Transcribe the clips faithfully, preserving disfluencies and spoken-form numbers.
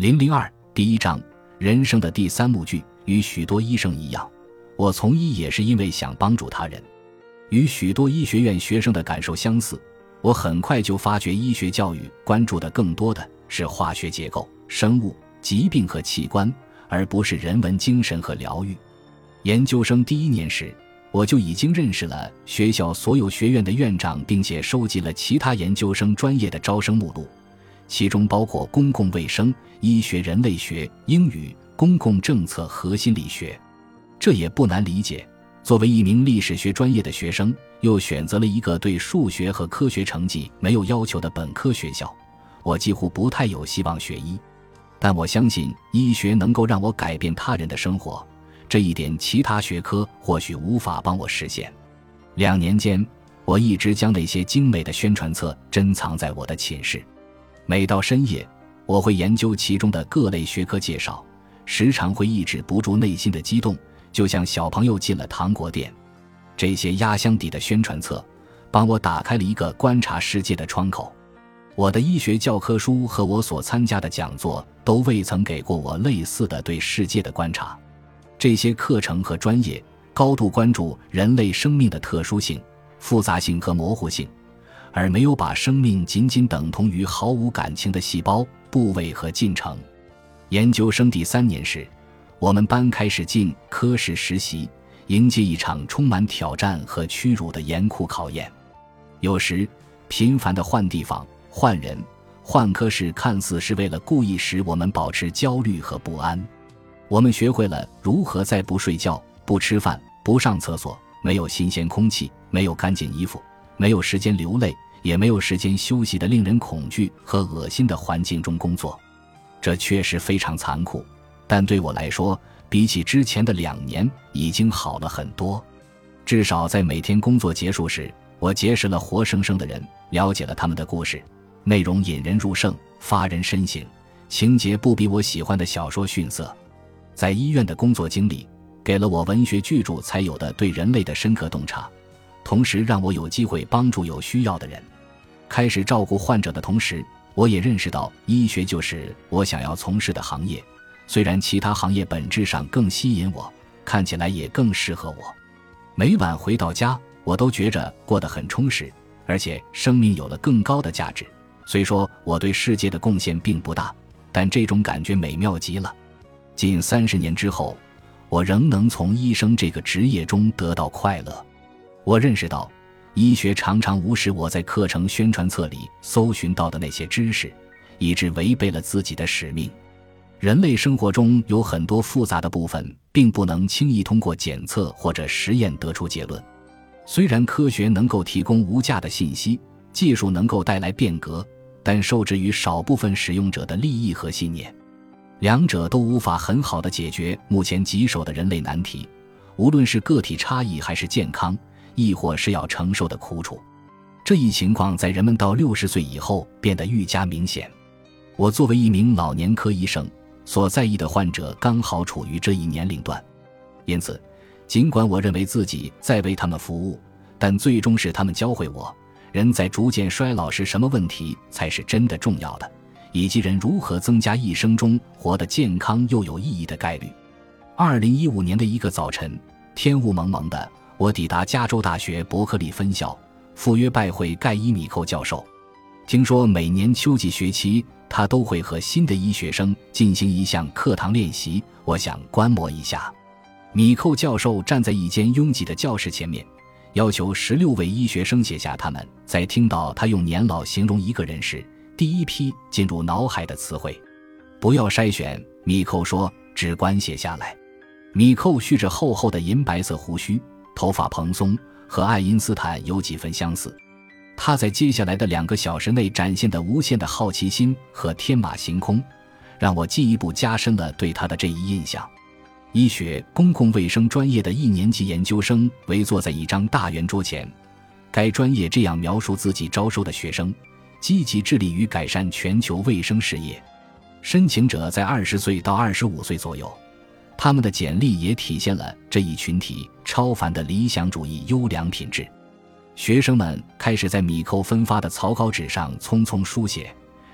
零零二第一章，人生的第三幕剧。与许多医生一样，我从医也是因为想帮助他人。与许多医学院学生的感受相似，我很快就发觉医学教育关注的更多的是化学结构、生物、疾病和器官，而不是人文精神和疗愈。研究生第一年时，我就已经认识了学校所有学院的院长，并且收集了其他研究生专业的招生目录，其中包括公共卫生、医学人类学、英语、公共政策和心理学。这也不难理解，作为一名历史学专业的学生，又选择了一个对数学和科学成绩没有要求的本科学校，我几乎不太有希望学医。但我相信医学能够让我改变他人的生活，这一点其他学科或许无法帮我实现。两年间，我一直将那些精美的宣传册珍藏在我的寝室。每到深夜，我会研究其中的各类学科介绍，时常会抑制不住内心的激动，就像小朋友进了糖果店。这些压箱底的宣传册帮我打开了一个观察世界的窗口。我的医学教科书和我所参加的讲座都未曾给过我类似的对世界的观察。这些课程和专业高度关注人类生命的特殊性、复杂性和模糊性，而没有把生命仅仅等同于毫无感情的细胞、部位和进程。研究生第三年时，我们班开始进科室实习，迎接一场充满挑战和屈辱的严酷考验。有时频繁地换地方、换人、换科室，看似是为了故意使我们保持焦虑和不安。我们学会了如何在不睡觉、不吃饭、不上厕所、没有新鲜空气、没有干净衣服、没有时间流泪，也没有时间休息的令人恐惧和恶心的环境中工作。这确实非常残酷，但对我来说，比起之前的两年已经好了很多。至少在每天工作结束时，我结识了活生生的人，了解了他们的故事，内容引人入胜，发人深省，情节不比我喜欢的小说逊色。在医院的工作经历给了我文学巨著才有的对人类的深刻洞察，同时让我有机会帮助有需要的人。开始照顾患者的同时，我也认识到医学就是我想要从事的行业，虽然其他行业本质上更吸引我，看起来也更适合我。每晚回到家，我都觉着过得很充实，而且生命有了更高的价值。虽说我对世界的贡献并不大，但这种感觉美妙极了。近三十年之后，我仍能从医生这个职业中得到快乐。我认识到医学常常无视我在课程宣传册里搜寻到的那些知识，以致违背了自己的使命。人类生活中有很多复杂的部分，并不能轻易通过检测或者实验得出结论。虽然科学能够提供无价的信息，技术能够带来变革，但受制于少部分使用者的利益和信念，两者都无法很好地解决目前棘手的人类难题，无论是个体差异还是健康，亦或是要承受的苦楚。这一情况在人们到六十岁以后变得愈加明显。我作为一名老年科医生，所在意的患者刚好处于这一年龄段，因此尽管我认为自己在为他们服务，但最终是他们教会我，人在逐渐衰老时什么问题才是真的重要的，以及人如何增加一生中活得健康又有意义的概率。二零一五年的一个早晨，天雾蒙蒙的，我抵达加州大学伯克利分校，赴约拜会盖伊·米寇教授。听说每年秋季学期他都会和新的医学生进行一项课堂练习，我想观摩一下。米寇教授站在一间拥挤的教室前面，要求十六位医学生写下他们在听到他用年老形容一个人时第一批进入脑海的词汇。不要筛选，米寇说，只管写下来。米寇蓄着厚厚的银白色胡须，头发蓬松，和爱因斯坦有几分相似。他在接下来的两个小时内展现的无限的好奇心和天马行空，让我进一步加深了对他的这一印象。医学公共卫生专业的一年级研究生围坐在一张大圆桌前，该专业这样描述自己招收的学生：积极致力于改善全球卫生事业。申请者在二十岁到二十五岁左右，他们的简历也体现了这一群体超凡的理想主义优良品质。学生们开始在米寇分发的草稿纸上匆匆书写，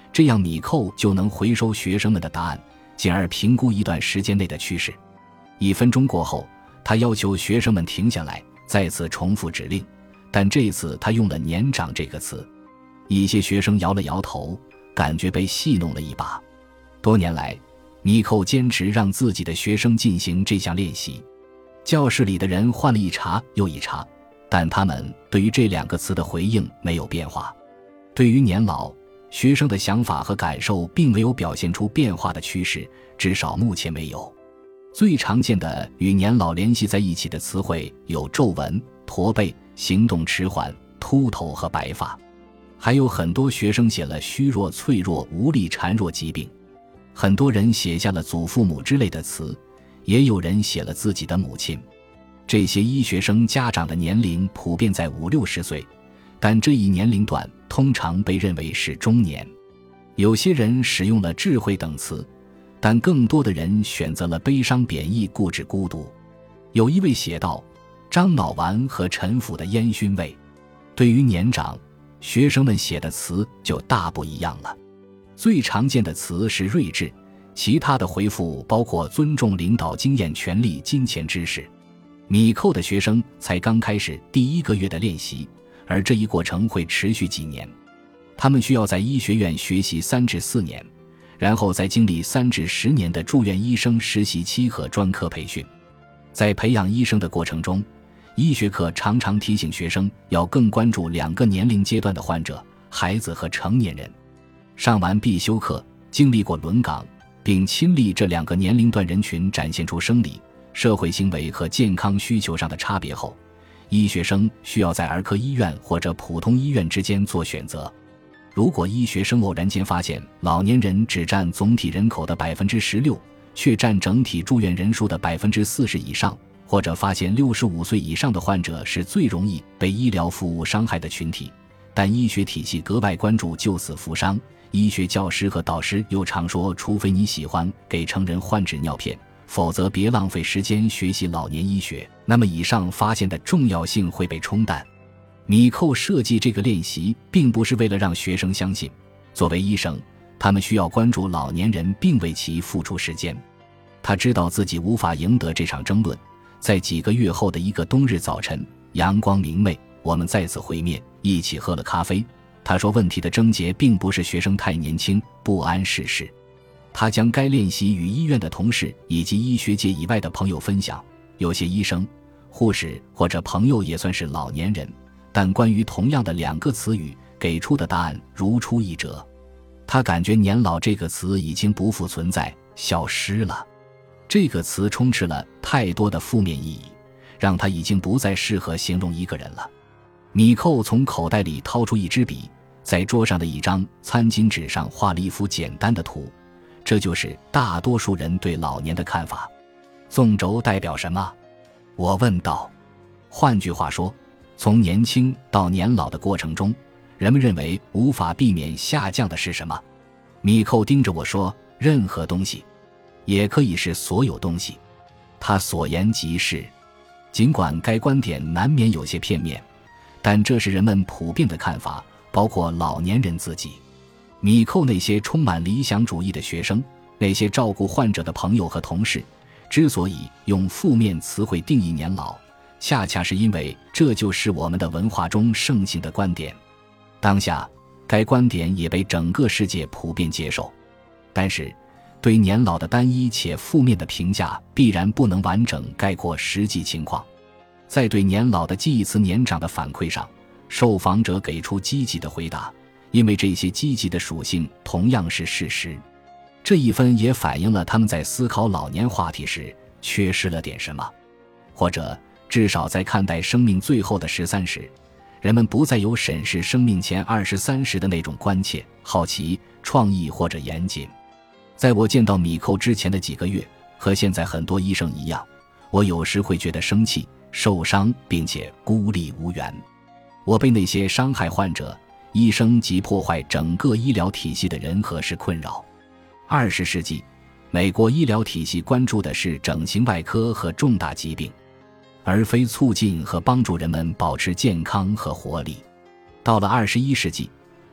这样米寇就能回收学生们的答案，进而评估一段时间内的趋势。一分钟过后，他要求学生们停下来，再次重复指令，但这次他用了年长这个词。一些学生摇了摇头，感觉被戏弄了一把。多年来，米寇坚持让自己的学生进行这项练习。教室里的人换了一茬又一茬，但他们对于这两个词的回应没有变化。对于年老，学生的想法和感受并没有表现出变化的趋势，至少目前没有。最常见的与年老联系在一起的词汇有皱纹、驼背、行动迟缓、秃头和白发。还有很多学生写了虚弱、脆弱、无力、孱弱疾病。很多人写下了祖父母之类的词，也有人写了自己的母亲。这些医学生家长的年龄普遍在五六十岁，但这一年龄段通常被认为是中年。有些人使用了智慧等词，但更多的人选择了悲伤、贬义、固执、孤独。有一位写道：樟脑丸和陈腐的烟熏味。对于年长，学生们写的词就大不一样了。最常见的词是睿智，其他的回复包括尊重领导经验、权力、金钱、知识。米寇的学生才刚开始第一个月的练习，而这一过程会持续几年。他们需要在医学院学习三至四年，然后再经历三至十年的住院医生实习期和专科培训。在培养医生的过程中，医学课常常提醒学生要更关注两个年龄阶段的患者，孩子和成年人。上完必修课，经历过轮岗，并亲历这两个年龄段人群展现出生理、社会行为和健康需求上的差别后，医学生需要在儿科医院或者普通医院之间做选择。如果医学生偶然间发现老年人只占总体人口的 百分之十六， 却占整体住院人数的 百分之四十 以上，或者发现六十五岁以上的患者是最容易被医疗服务伤害的群体，但医学体系格外关注救死扶伤，医学教师和导师又常说，除非你喜欢给成人换纸尿片，否则别浪费时间学习老年医学，那么以上发现的重要性会被冲淡。米寇设计这个练习并不是为了让学生相信，作为医生，他们需要关注老年人并为其付出时间。他知道自己无法赢得这场争论。在几个月后的一个冬日早晨，阳光明媚，我们再次会面，一起喝了咖啡。他说问题的症结并不是学生太年轻，不谙世事。他将该练习与医院的同事以及医学界以外的朋友分享，有些医生、护士或者朋友也算是老年人，但关于同样的两个词语，给出的答案如出一辙。他感觉年老这个词已经不复存在，消失了。这个词充斥了太多的负面意义，让它已经不再适合形容一个人了。米寇从口袋里掏出一支笔，在桌上的一张餐巾纸上画了一幅简单的图，这就是大多数人对老年的看法。纵轴代表什么？我问道。换句话说，从年轻到年老的过程中，人们认为无法避免下降的是什么？米寇盯着我说，任何东西，也可以是所有东西。他所言极是。尽管该观点难免有些片面，但这是人们普遍的看法，包括老年人自己。米寇那些充满理想主义的学生，那些照顾患者的朋友和同事，之所以用负面词汇定义年老，恰恰是因为这就是我们的文化中盛行的观点。当下，该观点也被整个世界普遍接受。但是，对年老的单一且负面的评价必然不能完整概括实际情况。在对年老的记忆词年长的反馈上，受访者给出积极的回答，因为这些积极的属性同样是事实。这一分也反映了他们在思考老年话题时缺失了点什么，或者至少在看待生命最后的十三时，人们不再有审视生命前二十三时的那种关切、好奇、创意或者严谨。在我见到米寇之前的几个月，和现在很多医生一样，我有时会觉得生气、受伤，并且孤立无援。我被那些伤害患者、医生及破坏整个医疗体系的人和事困扰。二十世纪，美国医疗体系关注的是整形外科和重大疾病，而非促进和帮助人们保持健康和活力。到了二十一世纪，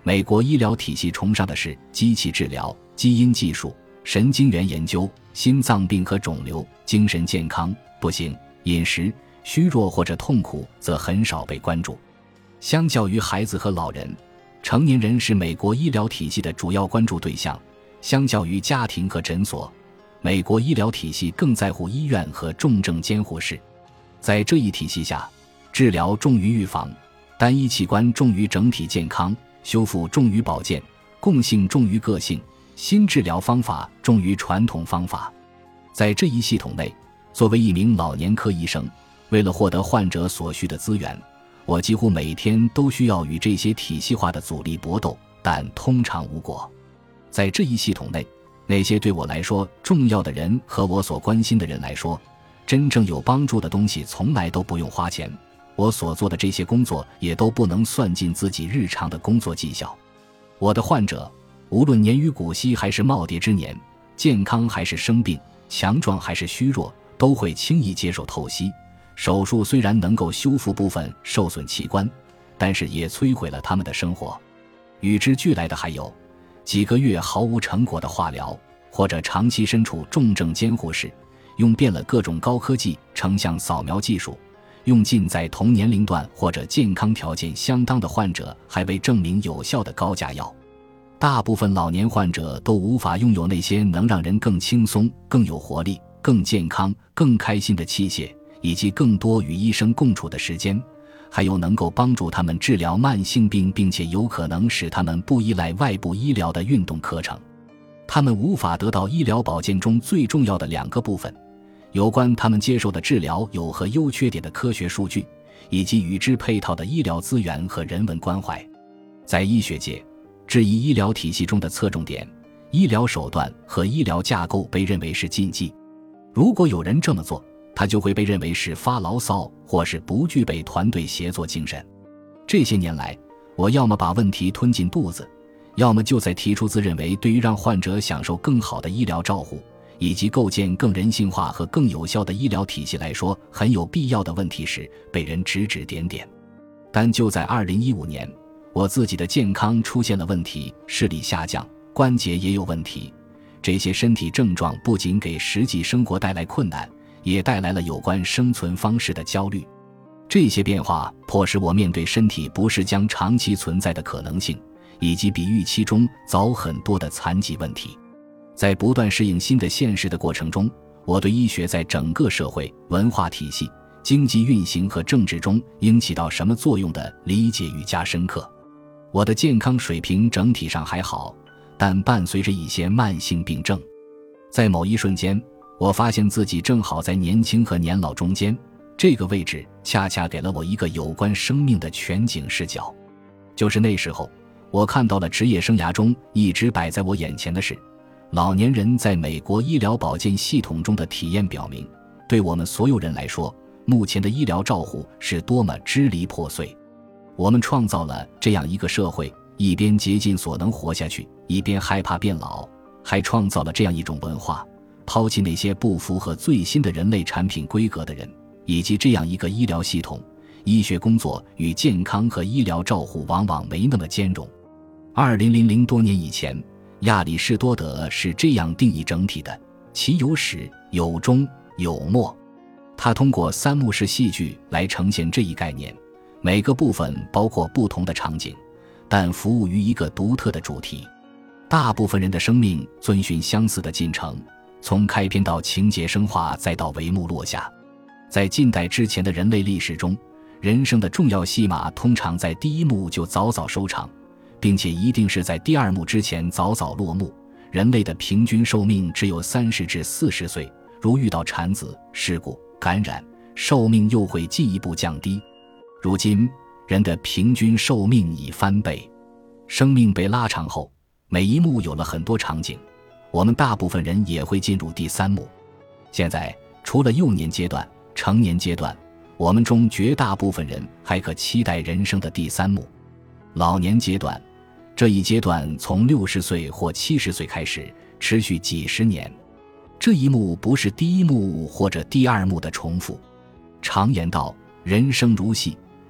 美国医疗体系崇尚的是机器治疗、基因技术、神经元研究、心脏病和肿瘤，精神健康、不幸、饮食、虚弱或者痛苦则很少被关注。相较于孩子和老人，成年人是美国医疗体系的主要关注对象。相较于家庭和诊所，美国医疗体系更在乎医院和重症监护室。在这一体系下，治疗重于预防，单一器官重于整体健康，修复重于保健，共性重于个性，新治疗方法重于传统方法。在这一系统内，作为一名老年科医生，为了获得患者所需的资源，我几乎每天都需要与这些体系化的阻力搏斗，但通常无果。在这一系统内，那些对我来说重要的人和我所关心的人来说，真正有帮助的东西从来都不用花钱，我所做的这些工作也都不能算进自己日常的工作绩效。我的患者无论年逾古稀还是耄耋之年，健康还是生病，强壮还是虚弱，都会轻易接受透析。手术虽然能够修复部分受损器官，但是也摧毁了他们的生活。与之俱来的还有几个月毫无成果的化疗，或者长期身处重症监护室，用遍了各种高科技成像扫描技术，用尽在同年龄段或者健康条件相当的患者还未证明有效的高价药。大部分老年患者都无法拥有那些能让人更轻松、更有活力、更健康、更开心的器械，以及更多与医生共处的时间，还有能够帮助他们治疗慢性病并且有可能使他们不依赖外部医疗的运动课程。他们无法得到医疗保健中最重要的两个部分，有关他们接受的治疗有何优缺点的科学数据，以及与之配套的医疗资源和人文关怀。在医学界，质疑医疗体系中的侧重点、医疗手段和医疗架构被认为是禁忌。如果有人这么做，他就会被认为是发牢骚或是不具备团队协作精神。这些年来，我要么把问题吞进肚子，要么就在提出自认为对于让患者享受更好的医疗照护，以及构建更人性化和更有效的医疗体系来说很有必要的问题时，被人指指点点。但就在二零一五年，我自己的健康出现了问题，视力下降，关节也有问题。这些身体症状不仅给实际生活带来困难，也带来了有关生存方式的焦虑。这些变化迫使我面对身体不适将长期存在的可能性，以及比预期中早很多的残疾问题。在不断适应新的现实的过程中，我对医学在整个社会、文化体系、经济运行和政治中应起到什么作用的理解愈加深刻。我的健康水平整体上还好，但伴随着一些慢性病症。在某一瞬间，我发现自己正好在年轻和年老中间，这个位置恰恰给了我一个有关生命的全景视角。就是那时候，我看到了职业生涯中一直摆在我眼前的事。老年人在美国医疗保健系统中的体验表明，对我们所有人来说，目前的医疗照护是多么支离破碎。我们创造了这样一个社会，一边竭尽所能活下去，一边害怕变老，还创造了这样一种文化，抛弃那些不符合最新的人类产品规格的人，以及这样一个医疗系统。医学工作与健康和医疗照护往往没那么兼容。二零多年以前，亚里士多德是这样定义整体的：其有始有终有末。他通过三幕式戏剧来呈现这一概念，每个部分包括不同的场景，但服务于一个独特的主题。大部分人的生命遵循相似的进程，从开篇到情节升华，再到帷幕落下。在近代之前的人类历史中，人生的重要戏码通常在第一幕就早早收场，并且一定是在第二幕之前早早落幕。人类的平均寿命只有三十至四十岁，如遇到产子、事故、感染，寿命又会进一步降低。如今，人的平均寿命已翻倍。生命被拉长后，每一幕有了很多场景，我们大部分人也会进入第三幕。现在，除了幼年阶段、成年阶段，我们中绝大部分人还可期待人生的第三幕，老年阶段。这一阶段从六十岁或七十岁开始，持续几十年。这一幕不是第一幕或者第二幕的重复。常言道，人生如戏，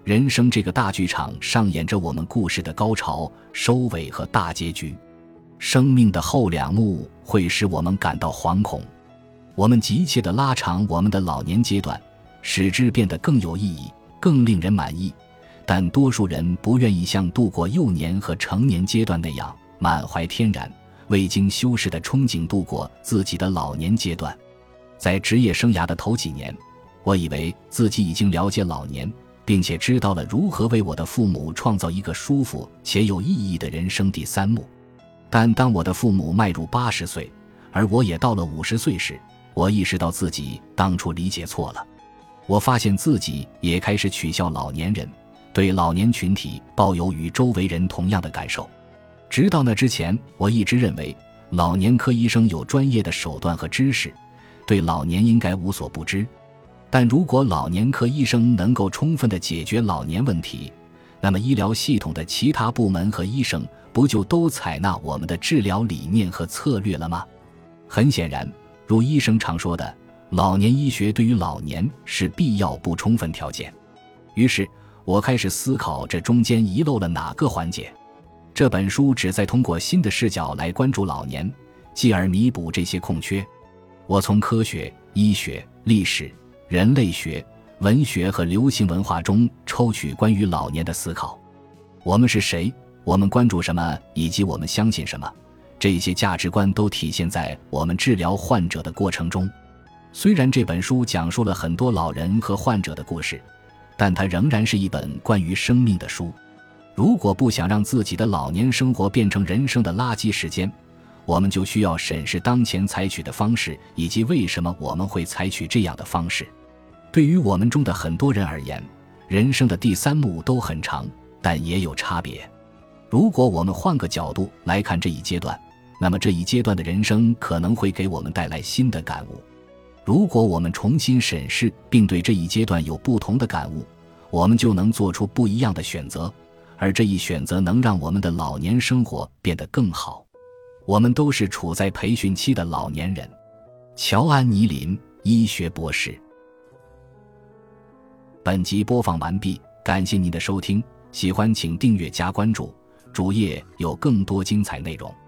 人生这个大剧场上演着我们故事的高潮、收尾和大结局。生命的后两幕会使我们感到惶恐，我们急切地拉长我们的老年阶段，使之变得更有意义、更令人满意。但多数人不愿意像度过幼年和成年阶段那样满怀天然、未经修饰的憧憬度过自己的老年阶段。在职业生涯的头几年，我以为自己已经了解老年，并且知道了如何为我的父母创造一个舒服且有意义的人生第三幕。但当我的父母迈入八十岁，而我也到了五十岁时，我意识到自己当初理解错了。我发现自己也开始取笑老年人，对老年群体抱有与周围人同样的感受。直到那之前，我一直认为老年科医生有专业的手段和知识，对老年应该无所不知。但如果老年科医生能够充分地解决老年问题，那么医疗系统的其他部门和医生不就都采纳我们的治疗理念和策略了吗？很显然，如医生常说的，老年医学对于老年是必要不充分条件。于是我开始思考这中间遗漏了哪个环节。这本书旨在通过新的视角来关注老年，继而弥补这些空缺。我从科学、医学、历史、人类学、文学和流行文化中抽取关于老年的思考。我们是谁？我们关注什么？以及我们相信什么？这些价值观都体现在我们治疗患者的过程中。虽然这本书讲述了很多老人和患者的故事，但它仍然是一本关于生命的书。如果不想让自己的老年生活变成人生的垃圾时间，我们就需要审视当前采取的方式，以及为什么我们会采取这样的方式。对于我们中的很多人而言，人生的第三幕都很长，但也有差别。如果我们换个角度来看这一阶段，那么这一阶段的人生可能会给我们带来新的感悟。如果我们重新审视并对这一阶段有不同的感悟，我们就能做出不一样的选择，而这一选择能让我们的老年生活变得更好。我们都是处在培训期的老年人。乔安妮林，医学博士。本集播放完毕，感谢您的收听，喜欢请订阅加关注，主页有更多精彩内容。